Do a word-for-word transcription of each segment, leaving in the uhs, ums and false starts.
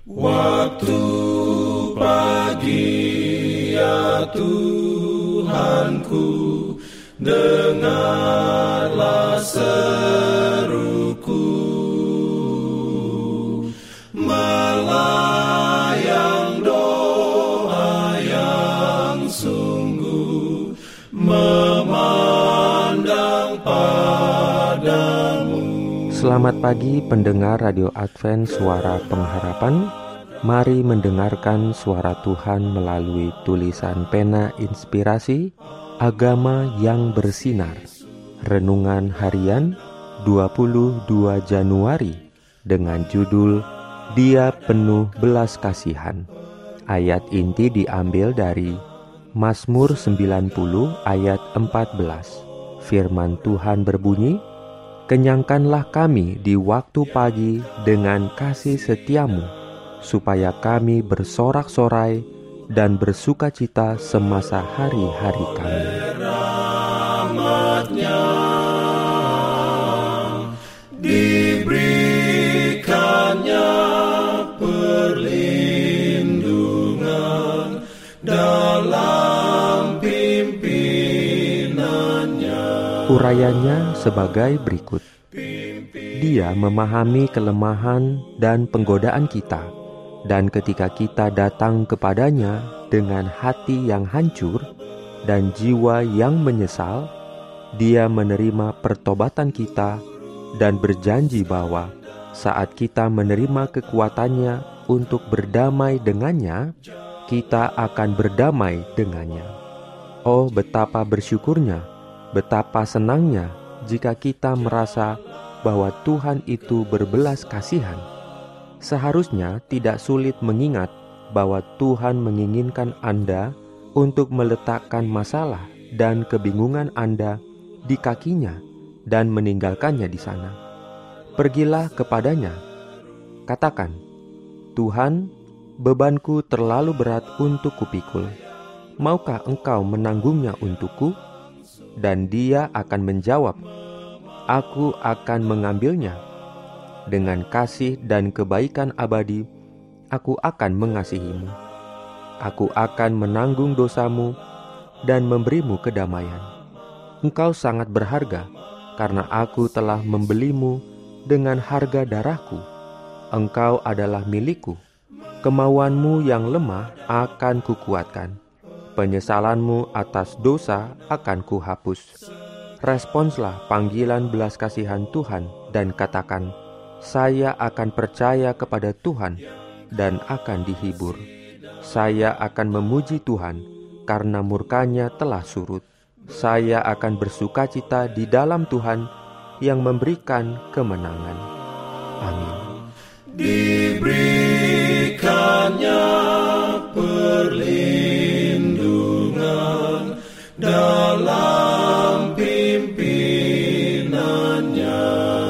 Waktu pagi ya Tuhanku, dengarlah seruku, melayang doa yang sungguh, memandang padamu. Selamat pagi pendengar Radio Advent Suara Pengharapan. Mari mendengarkan suara Tuhan melalui tulisan pena inspirasi Agama yang Bersinar. Renungan harian dua puluh dua Januari dengan judul Dia Penuh Belas Kasihan. Ayat inti diambil dari Mazmur sembilan puluh ayat empat belas. Firman Tuhan berbunyi, "Kenyangkanlah kami di waktu pagi dengan kasih setiamu, supaya kami bersorak-sorai dan bersukacita semasa hari-hari kami." Rahmatnya diberikannya perlindungan dalam pimpinannya. Urayanya sebagai berikut. Dia memahami kelemahan dan penggodaan kita, dan ketika kita datang kepadanya dengan hati yang hancur dan jiwa yang menyesal, Dia menerima pertobatan kita dan berjanji bahwa saat kita menerima kekuatannya untuk berdamai dengannya, kita akan berdamai dengannya. Oh, betapa bersyukurnya, betapa senangnya jika kita merasa bahwa Tuhan itu berbelas kasihan. Seharusnya tidak sulit mengingat bahwa Tuhan menginginkan Anda untuk meletakkan masalah dan kebingungan Anda di kakinya dan meninggalkannya di sana. Pergilah kepadanya. Katakan, "Tuhan, bebanku terlalu berat untuk kupikul. Maukah Engkau menanggungnya untukku?" Dan Dia akan menjawab, "Aku akan mengambilnya. Dengan kasih dan kebaikan abadi, aku akan mengasihimu. Aku akan menanggung dosamu dan memberimu kedamaian. Engkau sangat berharga, karena aku telah membelimu dengan harga darahku. Engkau adalah milikku. Kemauanmu yang lemah akan kukuatkan. Penyesalanmu atas dosa akan kuhapus." Responslah panggilan belas kasihan Tuhan dan katakan, "Saya akan percaya kepada Tuhan dan akan dihibur. Saya akan memuji Tuhan karena murka-Nya telah surut. Saya akan bersukacita di dalam Tuhan yang memberikan kemenangan." Amin. Diberikannya perlindungan dalam pimpinannya.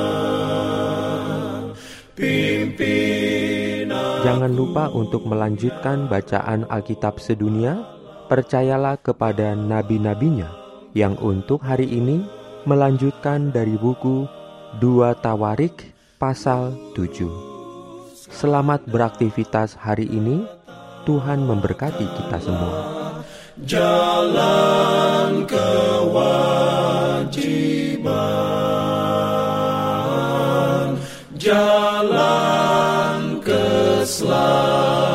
Pimpinan. Jangan lupa untuk melanjutkan bacaan Alkitab sedunia. Percayalah kepada nabi-nabinya yang untuk hari ini melanjutkan dari buku dua Tawarik pasal tujuh. Selamat beraktivitas hari ini. Tuhan memberkati kita semua. Jalan kewajiban, jalan keselamatan.